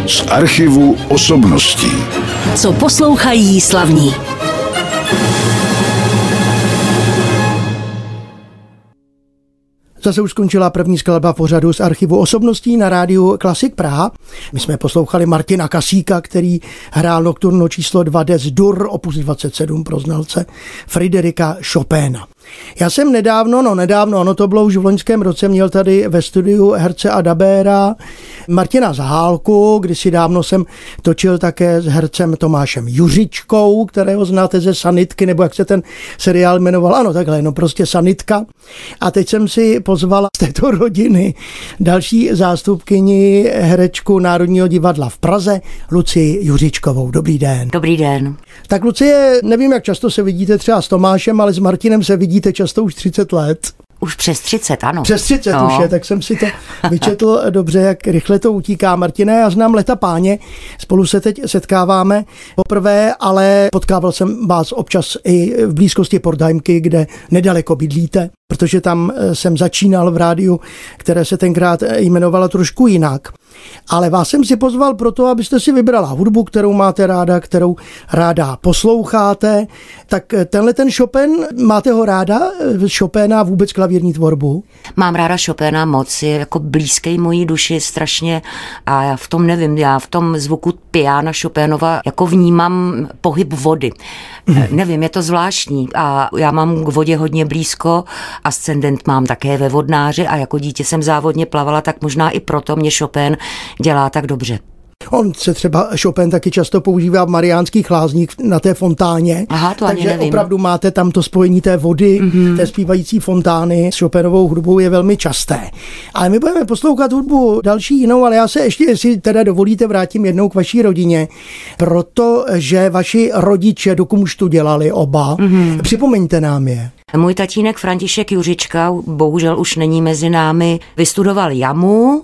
z archivu osobností. Co poslouchají slavní. Zase už skončila první skladba pořadu z archivu osobností na rádiu Klasik Praha. My jsme poslouchali Martina Kasíka, který hrál nokturno číslo 2 Des Dur, opus 27 pro znalce Friderika Chopina. Já jsem nedávno, to bylo už v loňském roce, měl tady ve studiu herce a dabéra Martina Zahálku, kdysi dávno jsem točil také s hercem Tomášem Juřičkou, kterého znáte ze Sanitky, nebo jak se ten seriál jmenoval, ano takhle, prostě Sanitka. A teď jsem si pozval z této rodiny další zástupkyni herečku Národního divadla v Praze, Lucii Juřičkovou. Dobrý den. Dobrý den. Tak Lucie, nevím, jak často se vidíte třeba s Tomášem, ale s Martinem se vidíte často už 30 let. Už přes 30, ano. Přes 30 už je, tak jsem si to vyčetl dobře, jak rychle to utíká. Martina, já znám leta páně, spolu se teď setkáváme poprvé, ale potkával jsem vás občas i v blízkosti Pordheimky, kde nedaleko bydlíte, protože tam jsem začínal v rádiu, které se tenkrát jmenovalo trošku jinak. Ale vás jsem si pozval proto, abyste si vybrala hudbu, kterou máte ráda, kterou ráda posloucháte. Tak tenhle ten Chopin, máte ho ráda? Chopina vůbec klavírní tvorbu? Mám ráda Chopina moc, je jako blízký mojí duši strašně a já v tom nevím, já v tom zvuku piana Chopinova jako vnímám pohyb vody. Nevím, je to zvláštní a já mám k vodě hodně blízko, ascendent mám také ve vodnáři a jako dítě jsem závodně plavala, tak možná i proto mě Chopin dělá tak dobře. On se třeba Chopin taky často používá v Mariánských Lázních na té fontáně. Aha, to takže ani nevím. Opravdu máte tam to spojení té vody, té zpívající fontány s Chopinovou hudbou je velmi časté. Ale my budeme poslouchat hudbu další jinou, ale já se ještě, jestli teda dovolíte, vrátím jednou k vaší rodině, protože vaši rodiče do kumštu dělali oba. Připomeňte nám je. Můj tatínek František Juřička, bohužel už není mezi námi, vystudoval JAMU,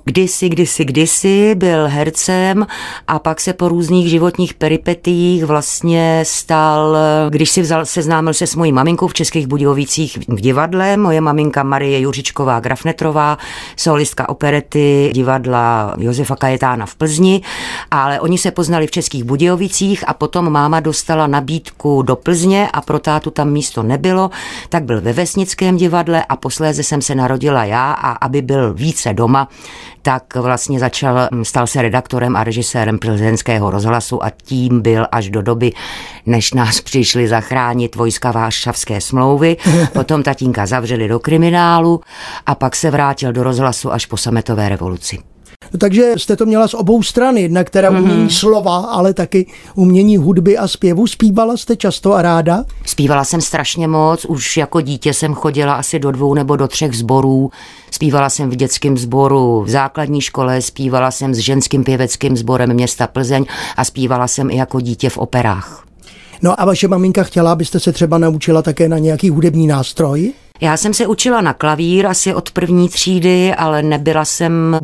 kdysi, byl hercem a pak se po různých životních peripetiích vlastně stal, když si seznámil se s mojí maminkou v Českých Budějovicích v divadle, moje maminka Marie Juřičková Grafnetrová, solistka operety divadla Josefa Kajetána v Plzni, ale oni se poznali v Českých Budějovicích a potom máma dostala nabídku do Plzně a pro tátu tam místo nebylo, tak byl ve Vesnickém divadle a posléze jsem se narodila já a aby byl více doma, tak vlastně stal se redaktorem a režisérem Plzeňského rozhlasu a tím byl až do doby, než nás přišli zachránit vojska Varšavské smlouvy. Potom tatínka zavřeli do kriminálu a pak se vrátil do rozhlasu až po sametové revoluci. Takže jste to měla z obou stran, jednak teda umění slova, ale taky umění hudby a zpěvu. Zpívala jste často a ráda? Zpívala jsem strašně moc, už jako dítě jsem chodila asi do 2 nebo do 3 sborů. Zpívala jsem v dětském sboru v základní škole, zpívala jsem s ženským pěveckým sborem města Plzeň a zpívala jsem i jako dítě v operách. No a vaše maminka chtěla, abyste se třeba naučila také na nějaký hudební nástroj? Já jsem se učila na klavír asi od 1. třídy, ale nebyla jsem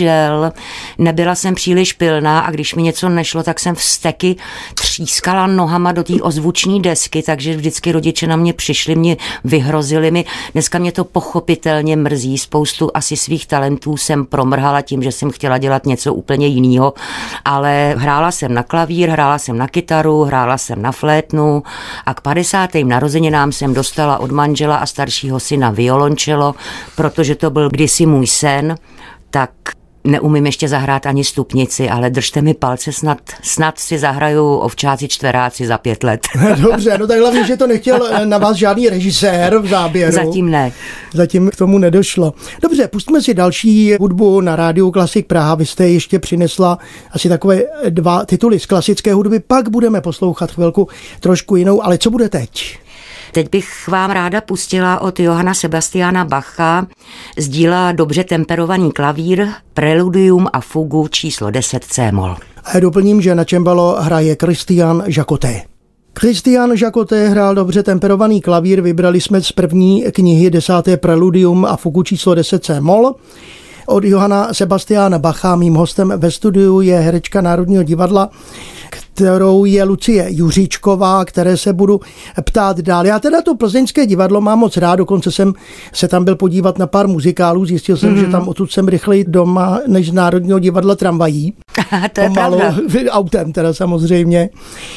příliš pilná a když mi něco nešlo, tak jsem vzteky třískala nohama do té ozvuční desky, takže vždycky rodiče na mě přišli, mě vyhrozili mi. Dneska mě to pochopitelně mrzí, spoustu asi svých talentů jsem promrhala tím, že jsem chtěla dělat něco úplně jiného, ale hrála jsem na klavír, hrála jsem na kytaru, hrála jsem na flétnu a k 50. narozeninám jsem dostala od manžela a staršího syna violončelo, protože to byl kdysi můj sen, tak neumím ještě zahrát ani stupnici, ale držte mi palce, snad si zahraju Ovčáci čtveráci za 5 let. Dobře, no tak hlavně, že to nechtěl na vás žádný režisér v záběru. Zatím ne. Zatím k tomu nedošlo. Dobře, pustíme si další hudbu na rádiu Klasik Praha. Vy jste ještě přinesla asi takové 2 tituly z klasické hudby, pak budeme poslouchat chvilku trošku jinou, ale co bude teď? Teď bych vám ráda pustila od Johanna Sebastiana Bacha z díla Dobře temperovaný klavír, Preludium a fugu číslo 10 C-moll. A já doplním, že na cembalo hraje Christian Jacoté. Christian Jacoté hrál dobře temperovaný klavír, vybrali jsme z první knihy 10. Preludium a fugu číslo 10 C-moll. Od Johanna Sebastiana Bacha mým hostem ve studiu je herečka Národního divadla, kterou je Lucie Juřičková, které se budu ptát dál. Já teda to plzeňské divadlo mám moc rád, dokonce jsem se tam byl podívat na pár muzikálů, zjistil jsem, že tam odtud jsem rychleji doma než z Národního divadla tramvají. To je pomalu, pravda. autem teda samozřejmě.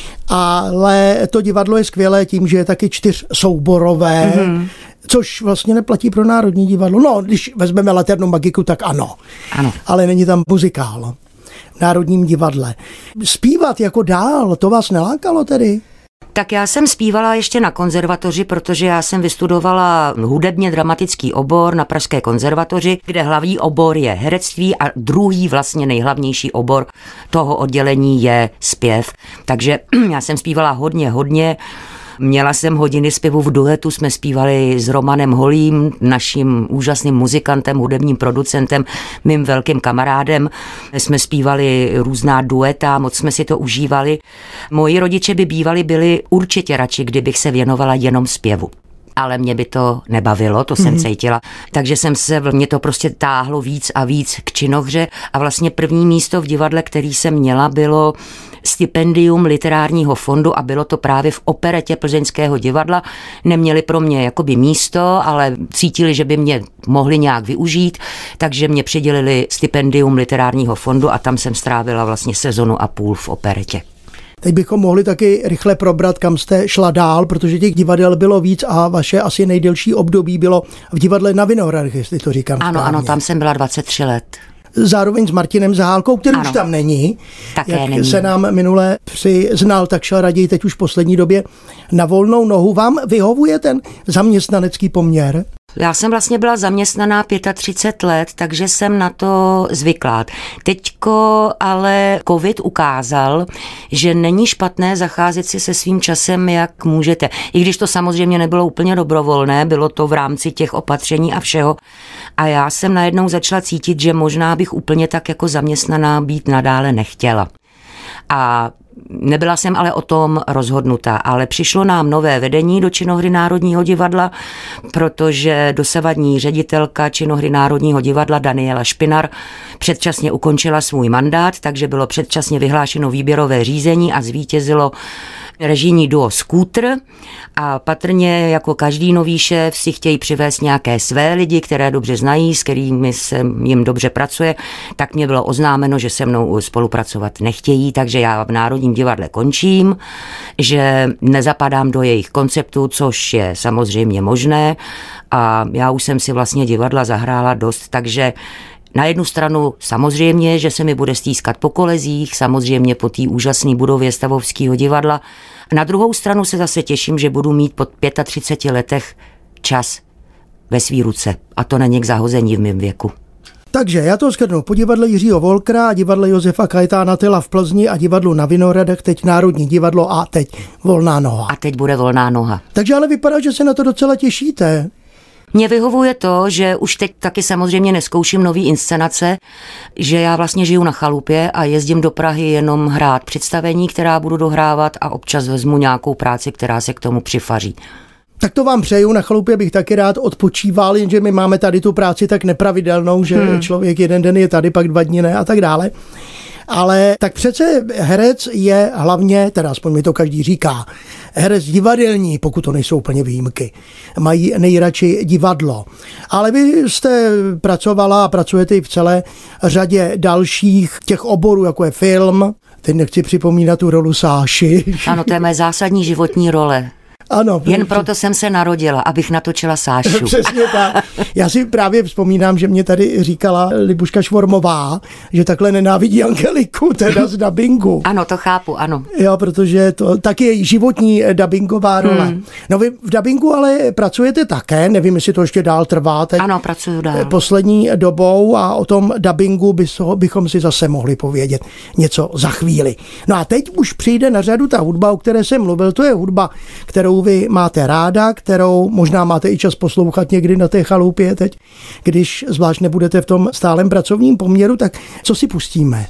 Ale to divadlo je skvělé tím, že je taky 4souborové, což vlastně neplatí pro Národní divadlo. No, když vezmeme Laternu Magiku, tak ano. Ale není tam muzikál v Národním divadle. Zpívat jako dál, to vás nelákalo tedy? Tak já jsem zpívala ještě na konzervatoři, protože já jsem vystudovala hudebně dramatický obor na Pražské konzervatoři, kde hlavní obor je herectví a druhý vlastně nejhlavnější obor toho oddělení je zpěv. Takže já jsem zpívala hodně. Měla jsem hodiny zpěvu v duetu, jsme zpívali s Romanem Holým, naším úžasným muzikantem, hudebním producentem, mým velkým kamarádem. Jsme zpívali různá dueta, moc jsme si to užívali. Moji rodiče by bývali byli určitě radši, kdybych se věnovala jenom zpěvu. Ale mě by to nebavilo, to jsem cítila. Takže mě to prostě táhlo víc a víc k činohře a vlastně první místo v divadle, který jsem měla, bylo stipendium literárního fondu a bylo to právě v operetě Plzeňského divadla. Neměli pro mě jakoby místo, ale cítili, že by mě mohli nějak využít, takže mě přidělili stipendium literárního fondu a tam jsem strávila vlastně 1,5 sezonu v operetě. Teď bychom mohli taky rychle probrat, kam jste šla dál, protože těch divadel bylo víc a vaše asi nejdelší období bylo v divadle na Vinohradech, jestli to říkám správně. Ano, tam jsem byla 23 let. Zároveň s Martinem Zahálkou, který už tam není. Také jak není. se nám minule přiznal, tak šel raději teď už v poslední době na volnou nohu. Vám vyhovuje ten zaměstnanecký poměr? Já jsem vlastně byla zaměstnaná 35 let, takže jsem na to zvyklá. Teďko ale covid ukázal, že není špatné zacházet si se svým časem, jak můžete. I když to samozřejmě nebylo úplně dobrovolné, bylo to v rámci těch opatření a všeho. A já jsem najednou začala cítit, že možná bych úplně tak jako zaměstnaná být nadále nechtěla. A nebyla jsem ale o tom rozhodnutá, ale přišlo nám nové vedení do činohry Národního divadla, protože dosavadní ředitelka činohry Národního divadla Daniela Špinar předčasně ukončila svůj mandát, takže bylo předčasně vyhlášeno výběrové řízení a zvítězilo režijní duo Skútr a patrně jako každý nový šéf si chtějí přivést nějaké své lidi, které dobře znají, s kterými se jim dobře pracuje, tak mě bylo oznámeno, že se mnou spolupracovat nechtějí, takže já v Národním divadle končím, že nezapadám do jejich konceptu, což je samozřejmě možné a já už jsem si vlastně divadla zahrála dost, takže na jednu stranu samozřejmě, že se mi bude stýskat po kolezích, samozřejmě po té úžasné budově Stavovského divadla. Na druhou stranu se zase těším, že budu mít po 35 letech čas ve svý ruce. A to není k zahození v mém věku. Takže já to shrnu. Po divadle Jiřího Volkra a divadle Josefa Kajetána Tyla v Plzni a divadlu na Vinohradech teď Národní divadlo a teď Volná noha. A teď bude Volná noha. Takže ale vypadá, že se na to docela těšíte. Mně vyhovuje to, že už teď taky samozřejmě nezkouším nový inscenace, že já vlastně žiju na chalupě a jezdím do Prahy jenom hrát představení, která budu dohrávat a občas vezmu nějakou práci, která se k tomu přifaří. Tak to vám přeju, na chalupě bych taky rád odpočíval, jenže my máme tady tu práci tak nepravidelnou, že člověk jeden den je tady, pak 2 dny ne a tak dále. Ale tak přece herec je hlavně, teda aspoň mi to každý říká, herec divadelní, pokud to nejsou úplně výjimky. Mají nejradši divadlo. Ale vy jste pracovala a pracujete i v celé řadě dalších těch oborů, jako je film. Teď nechci připomínat tu rolu Sáši. Ano, to je mé zásadní životní role. Ano, jen proto jsem se narodila, abych natočila Sášu. Přesně tak. Já si právě vzpomínám, že mě tady říkala Libuška Švormová, že takhle nenávidí Angeliku, teda z dabingu. Ano, to chápu, ano. Jo, protože to taky je dabingová dabingová role. No vy v dabingu ale pracujete také, nevím, jestli to ještě dál trvá. Teď ano, pracuju dál. Poslední dobou a o tom dabingu bychom si zase mohli povědět něco za chvíli. No a teď už přijde na řadu ta hudba, o které jsem mluvil, to je hudba, kterou vy máte ráda, kterou možná máte i čas poslouchat někdy na té chalupě teď, když zvlášť nebudete v tom stálem pracovním poměru, tak co si pustíme?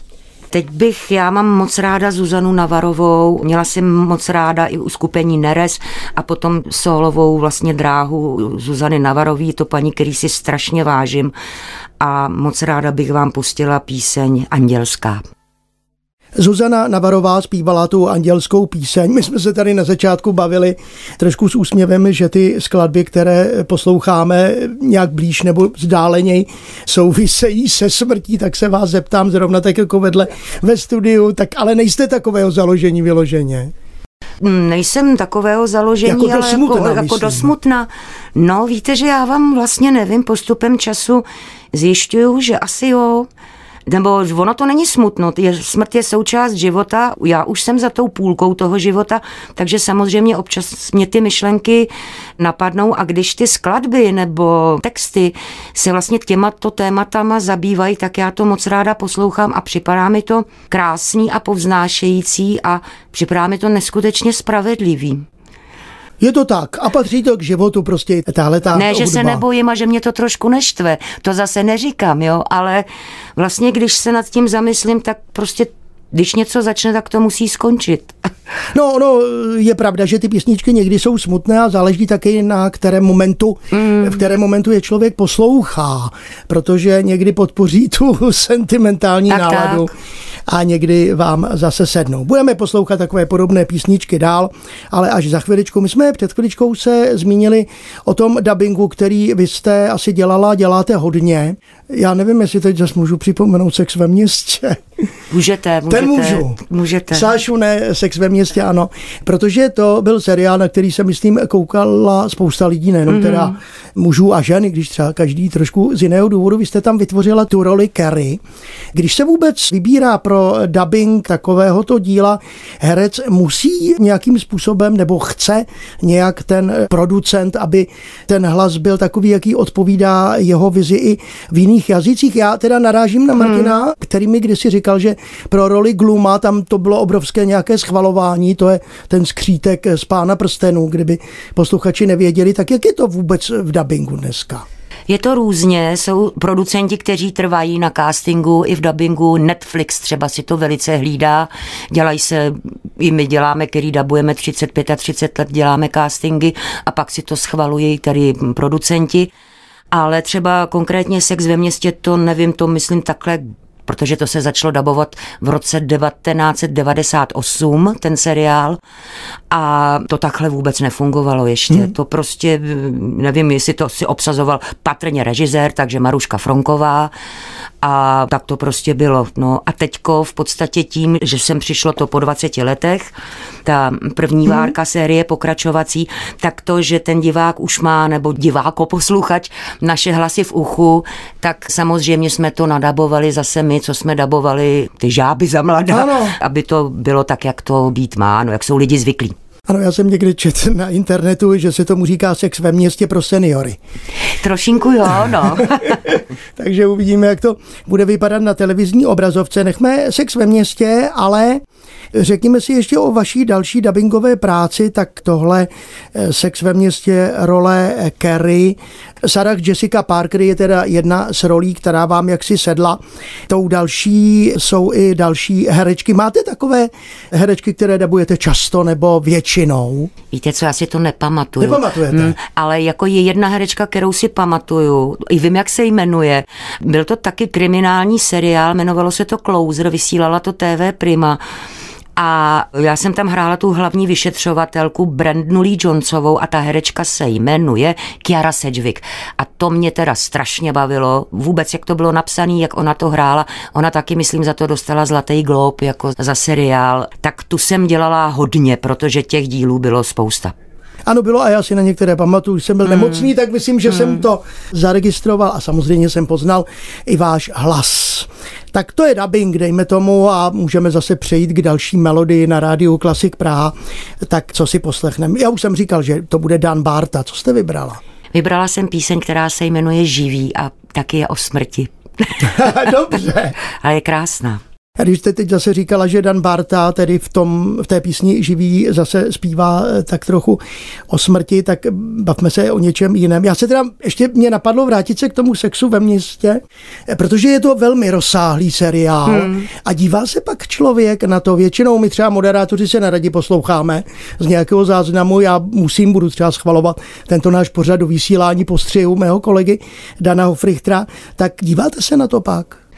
Já mám moc ráda Zuzanu Navarovou, měla jsem moc ráda i uskupení Neres a potom solovou vlastně dráhu Zuzany Navarový, to paní, který si strašně vážím a moc ráda bych vám pustila píseň Andělská. Zuzana Navarová zpívala tu andělskou píseň. My jsme se tady na začátku bavili trošku s úsměvem, že ty skladby, které posloucháme nějak blíž nebo vzdáleněji, souvisejí se smrtí, tak se vás zeptám zrovna tak jako vedle ve studiu, tak ale nejste takového založení vyloženě. Nejsem takového založení, jako do smutna. No, víte, že já vám vlastně nevím, postupem času zjišťuju, že asi jo. Nebo ono to není smutno, smrt je součást života, já už jsem za tou půlkou toho života, takže samozřejmě občas mě ty myšlenky napadnou a když ty skladby nebo texty se vlastně těmato tématama zabývají, tak já to moc ráda poslouchám a připadá mi to krásný a povznášející a připadá mi to neskutečně spravedlivý. Je to tak a patří to k životu prostě tahleta Ne, že hudba. se nebojím a že mě to trošku neštve, to zase neříkám, jo, ale vlastně když se nad tím zamyslím, tak prostě když něco začne, tak to musí skončit. No, je pravda, že ty písničky někdy jsou smutné a záleží taky na kterém momentu, v kterém momentu je člověk poslouchá, protože někdy podpoří tu sentimentální náladu a někdy vám zase sednou. Budeme poslouchat takové podobné písničky dál, ale až za chviličku. My jsme před chviličkou se zmínili o tom dabingu, který vy jste asi děláte hodně. Já nevím, jestli teď zase můžu připomenout Sex ve městě. Můžete. Ten můžete. Sášu, ne, Sex ve městě, ano. Protože to byl seriál, na který se, myslím, koukala spousta lidí, nejenom teda mužů a žen, když třeba každý trošku z jiného důvodu. Vy jste tam vytvořila tu roli Carrie. Když se vůbec vybírá pro dabing takovéhoto díla, herec musí nějakým způsobem, nebo chce nějak ten producent, aby ten hlas byl takový, jaký odpovídá jeho vizi i v jiných jazycích. Já teda narážím na Martina, který mi kdysi říkal, že pro roli Gluma tam to bylo obrovské nějaké schvalování, to je ten skřítek z Pána prstenů, kdyby posluchači nevěděli, tak jak je to vůbec v dabingu dneska? Je to různě, jsou producenti, kteří trvají na castingu i v dabingu, Netflix třeba si to velice hlídá, dělají se, i my děláme, který dabujeme 35 a 30 let, děláme castingy a pak si to schvalují tady producenti, ale třeba konkrétně Sex ve městě, to nevím, to myslím takhle, protože to se začalo dabovat v roce 1998, ten seriál, a to takhle vůbec nefungovalo ještě. To prostě, nevím, jestli to si obsazoval patrně režisér, takže Maruška Fronková, a tak to prostě bylo. No a teďko v podstatě tím, že jsem přišlo to po 20 letech, ta první várka série pokračovací, tak to, že ten divák už má, nebo diváko-posluchač, naše hlasy v uchu, tak samozřejmě jsme to nadabovali zase my, co jsme dabovali ty žáby za mladá, aby to bylo tak, jak to být má, no jak jsou lidi zvyklí. Ano, já jsem někdy četl na internetu, že se tomu říká Sex ve městě pro seniory. Trošinku jo, no. Takže uvidíme, jak to bude vypadat na televizní obrazovce. Nechme Sex ve městě, ale řekněme si ještě o vaší další dabingové práci, tak tohle Sex ve městě, role Carrie. Sarah Jessica Parker je teda jedna z rolí, která vám jaksi sedla. Tou další jsou i další herečky. Máte takové herečky, které dabujete často nebo většinou? Víte co, já si to nepamatuju. Nepamatujete? Ale jako je jedna herečka, kterou si pamatuju. I vím, jak se jmenuje. Byl to taky kriminální seriál, jmenovalo se to Closer, vysílala to TV Prima. A já jsem tam hrála tu hlavní vyšetřovatelku Brandonu Lee Jonesovou a ta herečka se jmenuje Kiara Sedgwick. A to mě teda strašně bavilo. Vůbec, jak to bylo napsané, jak ona to hrála. Ona taky, myslím, za to dostala Zlatý glob jako za seriál. Tak tu jsem dělala hodně, protože těch dílů bylo spousta. Ano, bylo a já si na některé pamatuju, když jsem byl nemocný, tak myslím, že jsem to zaregistroval a samozřejmě jsem poznal i váš hlas. Tak to je dabing, dejme tomu, a můžeme zase přejít k další melodii na rádiu Klasik Praha. Tak co si poslechneme? Já už jsem říkal, že to bude Dan Barta. Co jste vybrala? Vybrala jsem píseň, která se jmenuje Živý a taky je o smrti. Dobře. Ale je krásná. A když jste teď zase říkala, že Dan Barta tedy v té písni Živý zase zpívá tak trochu o smrti, tak bavme se o něčem jiném. Já se teda, ještě mě napadlo vrátit se k tomu Sexu ve městě, protože je to velmi rozsáhlý seriál a dívá se pak člověk na to. Většinou my třeba moderátoři se neradi posloucháme z nějakého záznamu. Já budu třeba schvalovat tento náš pořad do vysílání postřihu mého kolegy Dana Hofrichtera. Tak díváte se na to pak?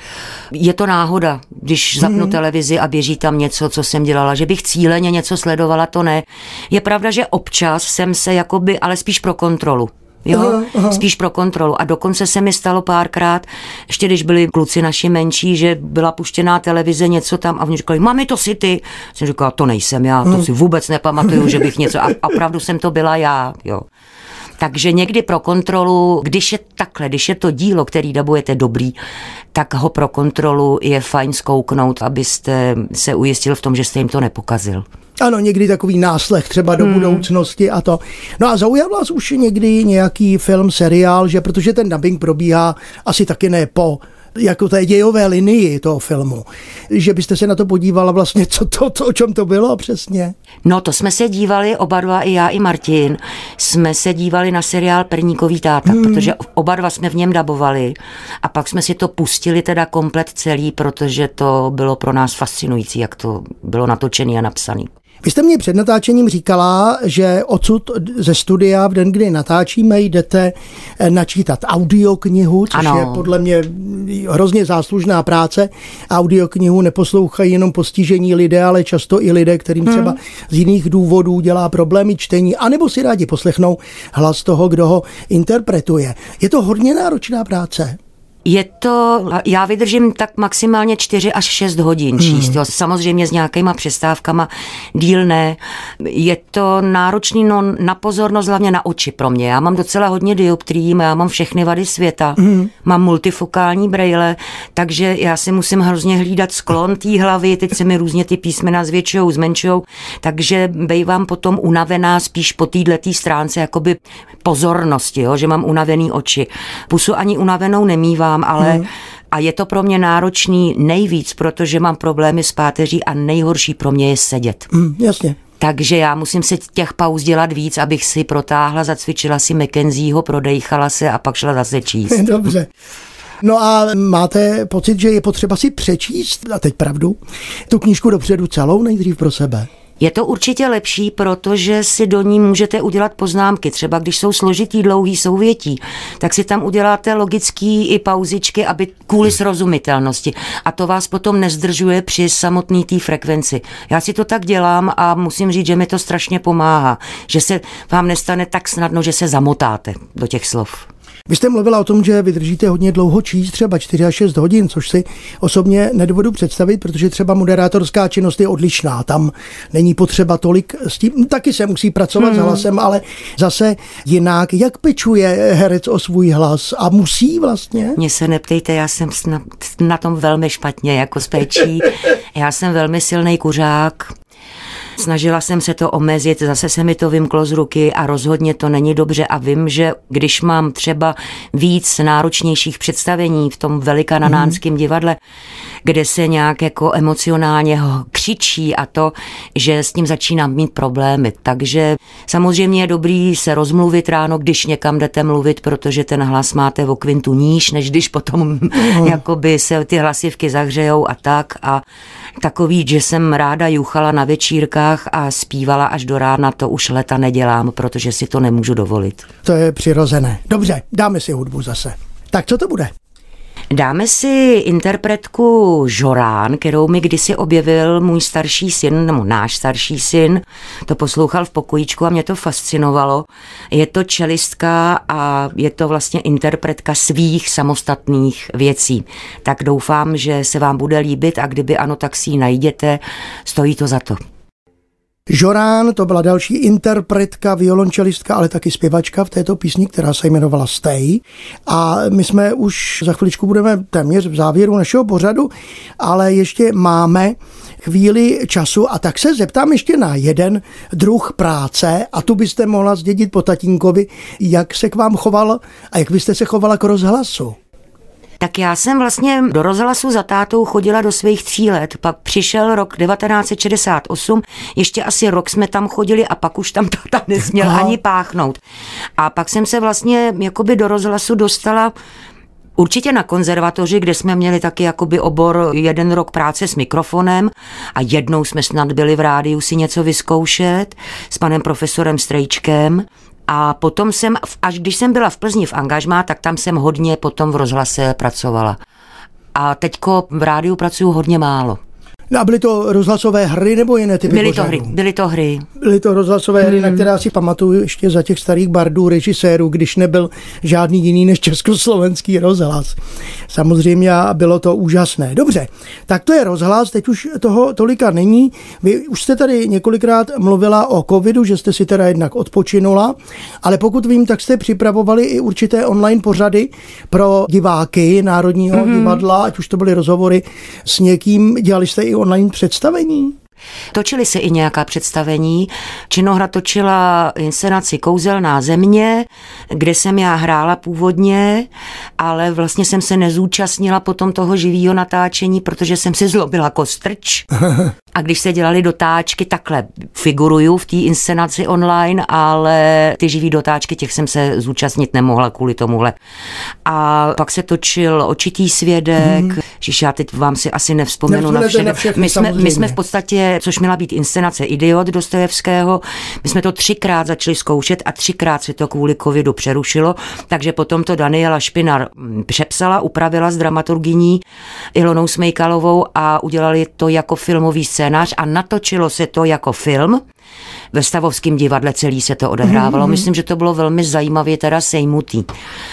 Je to náhoda, když zapnu televizi a běží tam něco, co jsem dělala, že bych cíleně něco sledovala, to ne. Je pravda, že občas jsem se jakoby, ale spíš pro kontrolu. Jo, spíš pro kontrolu. A dokonce se mi stalo párkrát, ještě když byli kluci naši menší, že byla puštěná televize, něco tam a oni říkali, mami, to si ty. Jsem říkala, to nejsem já, to si vůbec nepamatuju, že bych něco, a opravdu jsem to byla já, jo. Takže někdy pro kontrolu, když je takhle, když je to dílo, který dabujete dobrý, tak ho pro kontrolu je fajn zkouknout, abyste se ujistil v tom, že jste jim to nepokazil. Ano, někdy takový náslech třeba do budoucnosti a to. No a zaujal vás už někdy nějaký film, seriál, že protože ten dubbing probíhá asi taky ne po jako té dějové linii toho filmu, že byste se na to podívala vlastně, o čem to bylo přesně? No to jsme se dívali, oba dva, i já, i Martin, jsme se dívali na seriál Perníkový táta, protože oba dva jsme v něm dabovali a pak jsme si to pustili teda komplet celý, protože to bylo pro nás fascinující, jak to bylo natočený a napsaný. Vy jste mě před natáčením říkala, že odsud ze studia v den, kdy natáčíme, jdete načítat audioknihu, což je podle mě hrozně záslužná práce. Audioknihu neposlouchají jenom postižení lidé, ale často i lidé, kterým třeba z jiných důvodů dělá problémy čtení, anebo si rádi poslechnou hlas toho, kdo ho interpretuje. Je to hodně náročná práce. Je to, já vydržím tak maximálně 4 až 6 hodin číst, jo. Samozřejmě s nějakýma přestávkama, díl ne. Je to náročný na pozornost, hlavně na oči pro mě. Já mám docela hodně dioptrií, já mám všechny vady světa, mám multifokální brejle, takže já si musím hrozně hlídat sklon té hlavy, teď se mi různě ty písmena zvětšujou, zmenšujou, takže bejvám potom unavená spíš po této stránce jakoby pozornosti, jo, že mám unavený oči. Pusu ani unavenou nemívám, ale a je to pro mě náročný nejvíc, protože mám problémy s páteří a nejhorší pro mě je sedět. Jasně. Takže já musím se těch pauz dělat víc, abych si protáhla, zacvičila si McKenzieho, prodejchala se a pak šla zase číst. Dobře. No a máte pocit, že je potřeba si přečíst, a teď pravdu, tu knížku dopředu celou nejdřív pro sebe? Je to určitě lepší, protože si do ní můžete udělat poznámky. Třeba když jsou složitý, dlouhý souvětí, tak si tam uděláte logický i pauzičky, aby kvůli srozumitelnosti. A to vás potom nezdržuje při samotné té frekvenci. Já si to tak dělám a musím říct, že mi to strašně pomáhá. Že se vám nestane tak snadno, že se zamotáte do těch slov. Vy jste mluvila o tom, že vydržíte hodně dlouho číst, třeba 4 až 6 hodin, což si osobně nedovedu představit, protože třeba moderátorská činnost je odlišná. Tam není potřeba tolik s tím, taky se musí pracovat s hlasem, ale zase jinak. Jak pečuje herec o svůj hlas a musí vlastně? Mně se neptejte, já jsem na tom velmi špatně jako s péčí. Já jsem velmi silný kuřák. Snažila jsem se to omezit, zase se mi to vymklo z ruky a rozhodně to není dobře a vím, že když mám třeba víc náročnějších představení v tom velikanánském divadle, kde se nějak jako emocionálně křičí a to, že s tím začínám mít problémy. Takže samozřejmě je dobrý se rozmluvit ráno, když někam jdete mluvit, protože ten hlas máte o kvintu níž, než když potom jakoby se ty hlasivky zahřejou a tak. A takový, že jsem ráda juchala na večírkách a zpívala až do rána, to už leta nedělám, protože si to nemůžu dovolit. To je přirozené. Dobře, dáme si hudbu zase. Tak co to bude? Dáme si interpretku Žorán, kterou mi kdysi objevil můj starší syn, nebo náš starší syn. To poslouchal v pokojíčku a mě to fascinovalo. Je to čelistka a je to vlastně interpretka svých samostatných věcí. Tak doufám, že se vám bude líbit a kdyby ano, tak si ji najděte. Stojí to za to. Žorán, to byla další interpretka, violončelistka, ale taky zpěvačka v této písni, která se jmenovala Stay. A my jsme už za chviličku budeme téměř v závěru našeho pořadu, ale ještě máme chvíli času a tak se zeptám ještě na jeden druh práce a tu byste mohla zdědit po tatínkovi, jak se k vám choval a jak byste se chovala k rozhlasu. Tak já jsem vlastně do rozhlasu za tátou chodila do svých 3 let, pak přišel rok 1968, ještě asi rok jsme tam chodili a pak už tam táta nesměl ani páchnout. A pak jsem se vlastně jakoby do rozhlasu dostala určitě na konzervatoři, kde jsme měli taky jakoby obor 1 rok práce s mikrofonem a jednou jsme snad byli v rádiu si něco vyzkoušet s panem profesorem Strejčkem. A potom až když jsem byla v Plzni v angažmá, tak tam jsem hodně potom v rozhlase pracovala. A teďko v rádiu pracuju hodně málo. No a byly to rozhlasové hry nebo jiné typy pořadů? Byly to hry. Byly to rozhlasové hry, na které si pamatuju ještě za těch starých bardů, režisérů, když nebyl žádný jiný než Československý rozhlas. Samozřejmě bylo to úžasné. Dobře, tak to je rozhlas, teď už toho tolika není. Vy už jste tady několikrát mluvila o covidu, že jste si teda jednak odpočinula, ale pokud vím, tak jste připravovali i určité online pořady pro diváky Národního divadla, ať už to byly rozhovory s někým, dělali jste i online představení? Točily se i nějaká představení. Činohra točila inscenaci Kouzelná země, kde jsem já hrála původně, ale vlastně jsem se nezúčastnila potom toho živýho natáčení, protože jsem si zlobila kostrč. A když se dělaly dotáčky, takhle figuruju v té inscenaci online, ale ty živý dotáčky, těch jsem se zúčastnit nemohla kvůli tomuhle. A pak se točil Očitý svědek, já teď vám si asi nevzpomenu na všechny. My jsme v podstatě, což měla být inscenace Idiot Dostojevského, my jsme to 3krát začali zkoušet a 3krát se to kvůli covidu přerušilo, takže potom to Daniela Špinar přepsala, upravila s dramaturgyní Ilonou Smejkalovou a udělali to jako filmový scénář a natočilo se to jako film. Ve Stavovském divadle celý se to odehrávalo. Myslím, že to bylo velmi zajímavě teda sejmutý.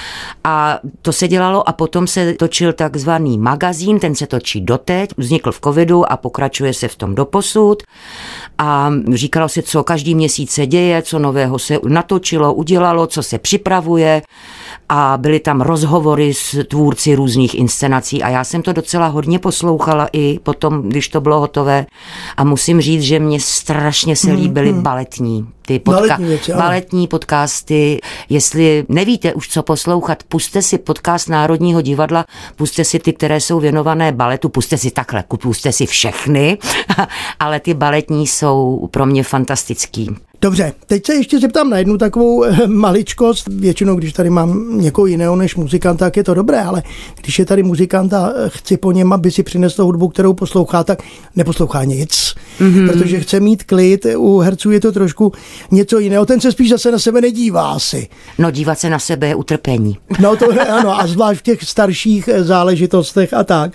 A to se dělalo a potom se točil takzvaný magazín, ten se točí doteď, vznikl v covidu a pokračuje se v tom doposud. A říkalo se, co každý měsíc se děje, co nového se natočilo, udělalo, co se připravuje a byly tam rozhovory s tvůrci různých inscenací a já jsem to docela hodně poslouchala i potom, když to bylo hotové a musím říct, že mě strašně se líbily baletní. Baletní podcasty. Jestli nevíte už, co poslouchat, pusťte si podcast Národního divadla, pusťte si ty, které jsou věnované baletu, pusťte si všechny, ale ty baletní jsou pro mě fantastický. Dobře, teď se ještě zeptám na jednu takovou maličkost. Většinou, když tady mám někoho jiného než muzikanta, tak je to dobré, ale když je tady muzikant a chci po něm, aby si přinesl hudbu, kterou poslouchá, tak neposlouchá nic, protože chce mít klid. U herců je to trošku něco jiného. Ten se spíš zase na sebe nedívá asi. No, dívat se na sebe je utrpení. No to ano, a zvlášť v těch starších záležitostech a tak.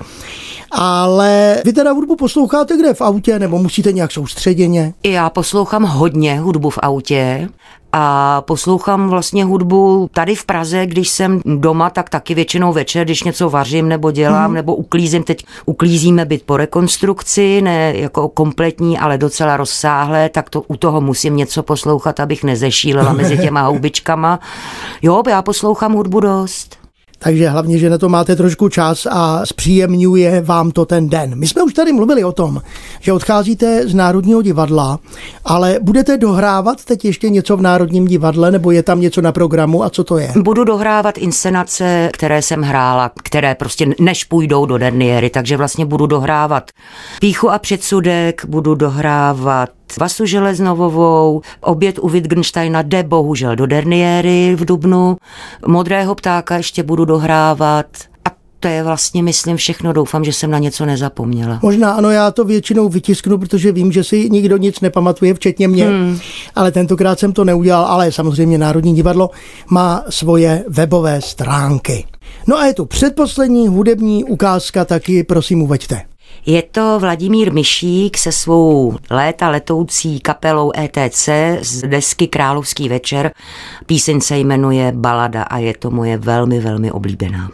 Ale vy teda hudbu posloucháte kde? V autě nebo musíte nějak soustředěně? Já poslouchám hodně hudbu v autě a poslouchám vlastně hudbu tady v Praze, když jsem doma, tak taky většinou večer, když něco vařím nebo dělám nebo uklízím. Teď uklízíme byt po rekonstrukci, ne jako kompletní, ale docela rozsáhlé, tak to u toho musím něco poslouchat, abych nezešílela mezi těma houbičkama. Jo, já poslouchám hudbu dost. Takže hlavně, že na to máte trošku čas a zpříjemňuje vám to ten den. My jsme už tady mluvili o tom, že odcházíte z Národního divadla, ale budete dohrávat teď ještě něco v Národním divadle, nebo je tam něco na programu a co to je? Budu dohrávat inscenace, které jsem hrála, které prostě než půjdou do derniéry, takže vlastně budu dohrávat Pýchu a předsudek, budu dohrávat Vasu Železnovovou, Oběd u Wittgensteina jde bohužel do derniéry v dubnu, Modrého ptáka ještě budu dohrávat a to je vlastně, myslím, všechno. Doufám, že jsem na něco nezapomněla. Možná ano, já to většinou vytisknu, protože vím, že si nikdo nic nepamatuje, včetně mě, ale tentokrát jsem to neudělal, ale samozřejmě Národní divadlo má svoje webové stránky. No a je tu předposlední hudební ukázka, taky prosím uveďte. Je to Vladimír Mišík se svou léta letoucí kapelou ETC z desky Královský večer. Píseň se jmenuje Balada a je to moje velmi, velmi oblíbená.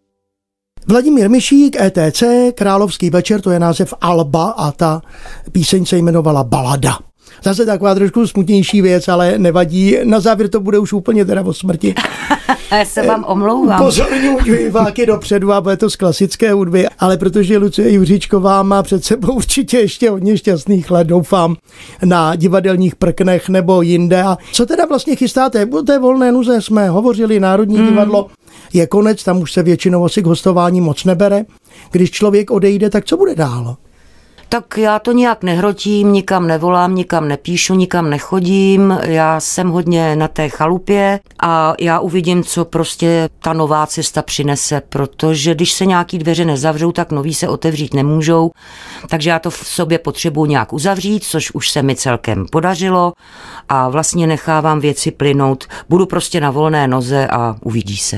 Vladimír Mišík, ETC, Královský večer, to je název alba a ta píseň se jmenovala Balada. Zase taková trošku smutnější věc, ale nevadí. Na závěr to bude už úplně teda o smrti. Já se vám omlouvám. Pozorňuji diváky dopředu a bude to z klasické hudby, ale protože Lucie Juříčková má před sebou určitě ještě hodně šťastných let, doufám, na divadelních prknech nebo jinde. A co teda vlastně chystáte? O té volné nuze jsme hovořili, Národní divadlo je konec, tam už se většinou asi k hostování moc nebere. Když člověk odejde, tak co bude dál? Tak já to nějak nehrotím, nikam nevolám, nikam nepíšu, nikam nechodím, já jsem hodně na té chalupě a já uvidím, co prostě ta nová cesta přinese, protože když se nějaký dveře nezavřou, tak nový se otevřít nemůžou, takže já to v sobě potřebuji nějak uzavřít, což už se mi celkem podařilo a vlastně nechávám věci plynout, budu prostě na volné noze a uvidí se.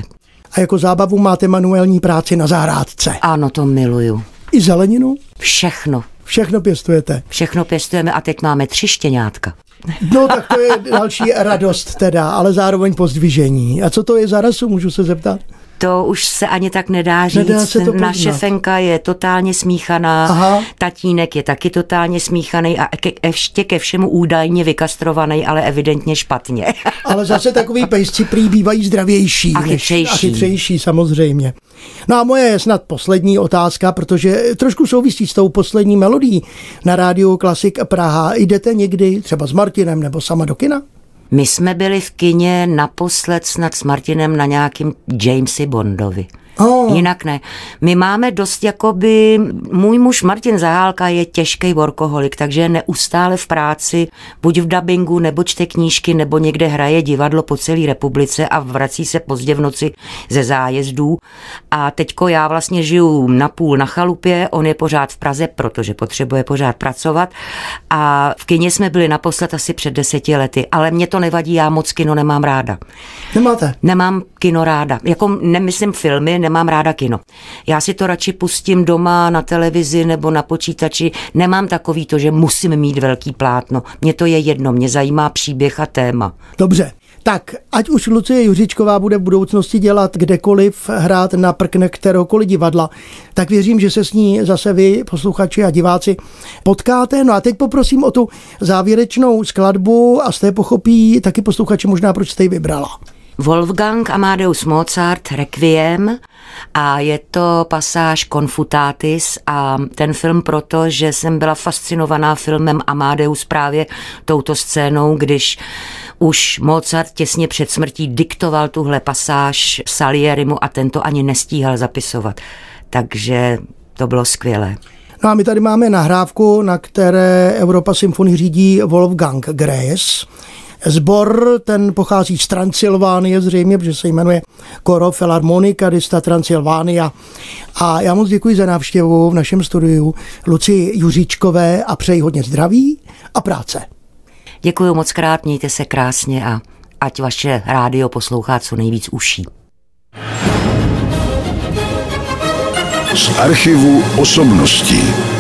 A jako zábavu máte manuální práci na zahrádce. Ano, to miluju. I zeleninu? Všechno. Všechno pěstujete? Všechno pěstujeme a teď máme 3 štěňátka. No tak to je další radost teda, ale zároveň pozdvižení. A co to je za rasu, můžu se zeptat? To už se ani tak nedá říct. Nedá se to poznat. Naše Fenka je totálně smíchaná, Aha. Tatínek je taky totálně smíchaný a ještě ke všemu údajně vykastrovaný, ale evidentně špatně. Ale zase takový pejsci prý bývají zdravější. A chytřejší. A chytřejší samozřejmě. No a moje snad poslední otázka, protože trošku souvisí s tou poslední melodií na rádiu Klasik Praha. Jdete někdy třeba s Martinem nebo sama do kina? My jsme byli v kině naposled snad s Martinem na nějakým Jamesi Bondovi. Oh. Jinak ne. My máme dost jakoby, můj muž Martin Zahálka je těžký workoholik, takže je neustále v práci, buď v dabingu, nebo čte knížky, nebo někde hraje divadlo po celé republice a vrací se pozdě v noci ze zájezdů. A teďko já vlastně žiju napůl na chalupě, on je pořád v Praze, protože potřebuje pořád pracovat. A v kině jsme byli naposled asi před 10 lety, ale mě to nevadí, já moc kino nemám ráda. Nemáte? Nemám kino ráda. Jako nemyslím filmy, nemám ráda kino. Já si to radši pustím doma na televizi nebo na počítači. Nemám takový to, že musím mít velký plátno. Mně to je jedno, mě zajímá příběh a téma. Dobře. Tak, ať už Lucie Juříčková bude v budoucnosti dělat kdekoliv, hrát na prkne kteréhokoliv divadla, tak věřím, že se s ní zase vy, posluchači a diváci, potkáte. No a teď poprosím o tu závěrečnou skladbu a z té pochopí taky posluchači možná, proč jste ji vybrala. Wolfgang Amadeus Mozart Requiem a je to pasáž Confutatis a ten film proto, že jsem byla fascinovaná filmem Amadeus právě touto scénou, když už Mozart těsně před smrtí diktoval tuhle pasáž Salierimu a ten to ani nestíhal zapisovat. Takže to bylo skvělé. No a my tady máme nahrávku, na které Europa Symphony řídí Wolfgang Graes. Sbor, ten pochází z Transylvánie zřejmě, protože se jmenuje Coro Philharmonica di sta Transylvania. A já moc děkuji za návštěvu v našem studiu Lucii Juříčkové a přeji hodně zdraví a práce. Děkuji moc krát, mějte se krásně a ať vaše rádio poslouchá co nejvíc uší. Z archivu osobností.